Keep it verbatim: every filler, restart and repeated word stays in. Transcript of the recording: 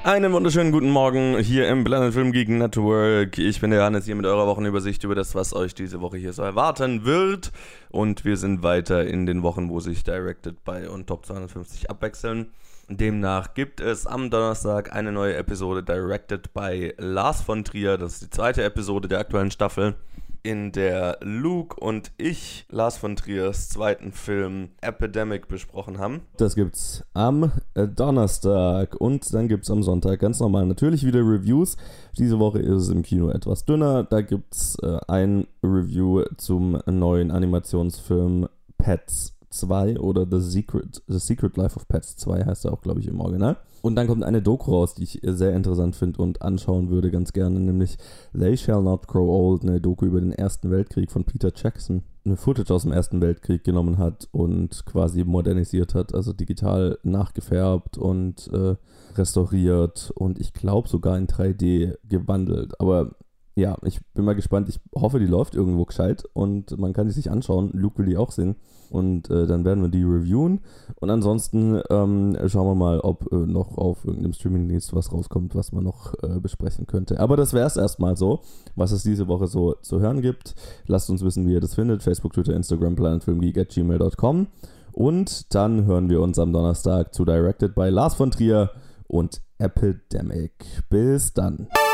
Einen wunderschönen guten Morgen hier im Planet Film Geek Network. Ich bin der Hannes hier mit eurer Wochenübersicht über das, was euch diese Woche hier so erwarten wird. Und wir sind weiter in den Wochen, wo sich Directed by und Top zweihundertfünfzig abwechseln. Demnach gibt es am Donnerstag eine neue Episode Directed by Lars von Trier. Das ist die zweite Episode der aktuellen Staffel, in der Luke und ich Lars von Triers zweiten Film Epidemic besprochen haben. Das gibt's am Donnerstag und dann gibt's am Sonntag ganz normal natürlich wieder Reviews. Diese Woche ist es im Kino etwas dünner. Da gibt's äh, ein Review zum neuen Animationsfilm Pets zwei oder The Secret, The Secret Life of Pets zwei heißt er auch, glaube ich, im Original. Und dann kommt eine Doku raus, die ich sehr interessant finde und anschauen würde ganz gerne, nämlich They Shall Not Grow Old, eine Doku über den Ersten Weltkrieg von Peter Jackson. Eine Footage aus dem Ersten Weltkrieg genommen hat und quasi modernisiert hat, also digital nachgefärbt und äh, restauriert und ich glaube sogar in drei D gewandelt. Aber ja, ich bin mal gespannt. Ich hoffe, die läuft irgendwo gescheit und man kann die sich anschauen. Luke will die auch sehen. Und äh, dann werden wir die reviewen. Und ansonsten ähm, schauen wir mal, ob äh, noch auf irgendeinem Streamingdienst was rauskommt, was man noch äh, besprechen könnte. Aber das wäre es erstmal so, was es diese Woche so zu hören gibt. Lasst uns wissen, wie ihr das findet. Facebook, Twitter, Instagram, planetfilmgeek at gmail dot com. Und dann hören wir uns am Donnerstag zu Directed by Lars von Trier und Epidemic. Bis dann.